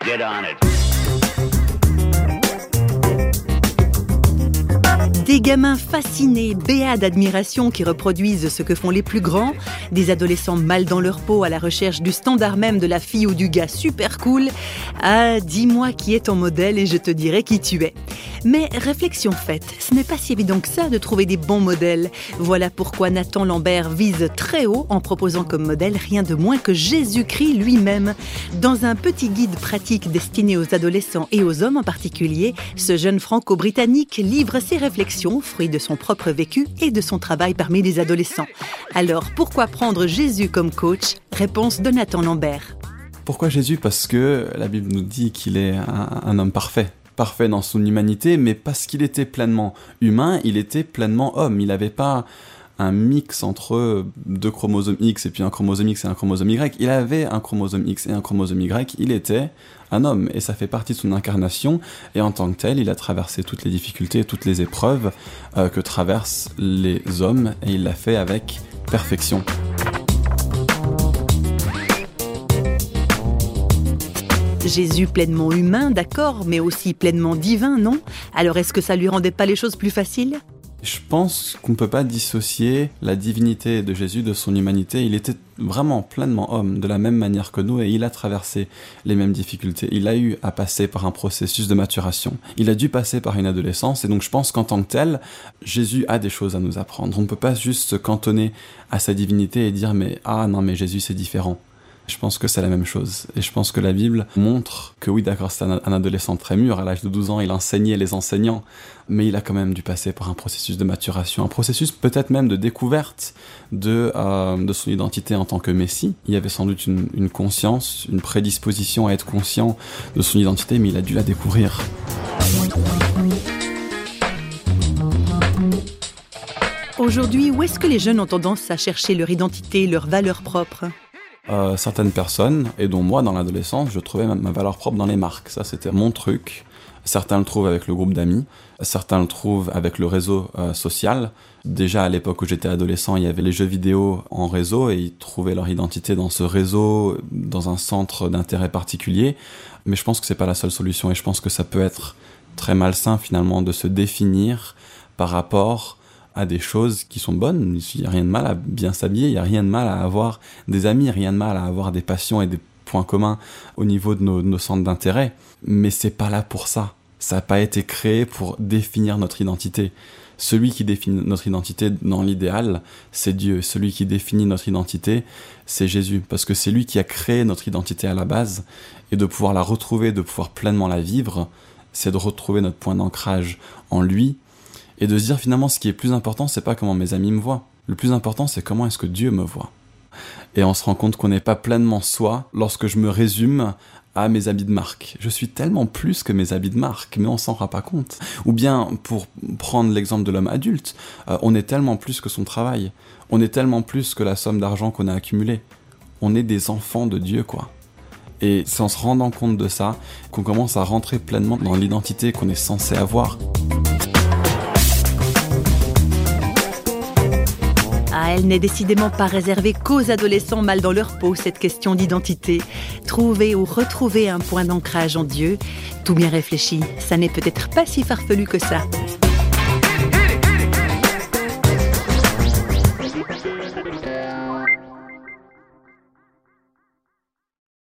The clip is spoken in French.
Get on it. Des gamins fascinés, béats d'admiration qui reproduisent ce que font les plus grands, des adolescents mal dans leur peau à la recherche du standard même de la fille ou du gars super cool. Ah, dis-moi qui est ton modèle et je te dirai qui tu es. Mais réflexion faite, ce n'est pas si évident que ça de trouver des bons modèles. Voilà pourquoi Nathan Lambert vise très haut en proposant comme modèle rien de moins que Jésus-Christ lui-même. Dans un petit guide pratique destiné aux adolescents et aux hommes en particulier, ce jeune franco-britannique livre ses réflexions, fruit de son propre vécu et de son travail parmi les adolescents. Alors, pourquoi prendre Jésus comme coach ? Réponse de Nathan Lambert. Pourquoi Jésus ? Parce que la Bible nous dit qu'il est un homme parfait. Parfait dans son humanité, mais parce qu'il était pleinement humain, il était pleinement homme. Il n'avait pas un mix entre deux chromosomes X et puis un chromosome X et un chromosome Y. Il avait un chromosome X et un chromosome Y. Il était un homme et ça fait partie de son incarnation. Et en tant que tel, il a traversé toutes les difficultés et toutes les épreuves que traversent les hommes et il l'a fait avec perfection. Jésus pleinement humain, d'accord, mais aussi pleinement divin, non ? Alors est-ce que ça lui rendait pas les choses plus faciles ? Je pense qu'on ne peut pas dissocier la divinité de Jésus de son humanité. Il était vraiment pleinement homme, de la même manière que nous, et il a traversé les mêmes difficultés. Il a eu à passer par un processus de maturation. Il a dû passer par une adolescence, et donc je pense qu'en tant que tel, Jésus a des choses à nous apprendre. On ne peut pas juste se cantonner à sa divinité et dire « mais Jésus c'est différent ». Je pense que c'est la même chose. Et je pense que la Bible montre que oui, d'accord, c'est un adolescent très mûr. À l'âge de 12 ans, il enseignait les enseignants. Mais il a quand même dû passer par un processus de maturation, un processus peut-être même de découverte de son identité en tant que Messie. Il y avait sans doute une conscience, une prédisposition à être conscient de son identité, mais il a dû la découvrir. Aujourd'hui, où est-ce que les jeunes ont tendance à chercher leur identité, leur valeur propre ? Certaines personnes, et dont moi dans l'adolescence, je trouvais ma valeur propre dans les marques. Ça, c'était mon truc. Certains le trouvent avec le groupe d'amis, certains le trouvent avec le réseau social. Déjà à l'époque où j'étais adolescent, il y avait les jeux vidéo en réseau et ils trouvaient leur identité dans ce réseau, dans un centre d'intérêt particulier. Mais je pense que c'est pas la seule solution et je pense que ça peut être très malsain finalement de se définir par rapport à des choses qui sont bonnes. Il n'y a rien de mal à bien s'habiller, il n'y a rien de mal à avoir des amis, rien de mal à avoir des passions et des points communs au niveau de nos centres d'intérêt. Mais c'est pas là pour ça. Ça n'a pas été créé pour définir notre identité. Celui qui définit notre identité dans l'idéal, c'est Dieu. Celui qui définit notre identité, c'est Jésus. Parce que c'est lui qui a créé notre identité à la base. Et de pouvoir la retrouver, de pouvoir pleinement la vivre, c'est de retrouver notre point d'ancrage en lui. Et de se dire finalement ce qui est plus important, c'est pas comment mes amis me voient. Le plus important, c'est comment est-ce que Dieu me voit. Et on se rend compte qu'on n'est pas pleinement soi lorsque je me résume à mes habits de marque. Je suis tellement plus que mes habits de marque, mais on s'en rend pas compte. Ou bien, pour prendre l'exemple de l'homme adulte, on est tellement plus que son travail. On est tellement plus que la somme d'argent qu'on a accumulée. On est des enfants de Dieu, quoi. Et c'est en se rendant compte de ça qu'on commence à rentrer pleinement dans l'identité qu'on est censé avoir. Ah, elle n'est décidément pas réservée qu'aux adolescents mal dans leur peau, cette question d'identité. Trouver ou retrouver un point d'ancrage en Dieu, tout bien réfléchi, ça n'est peut-être pas si farfelu que ça.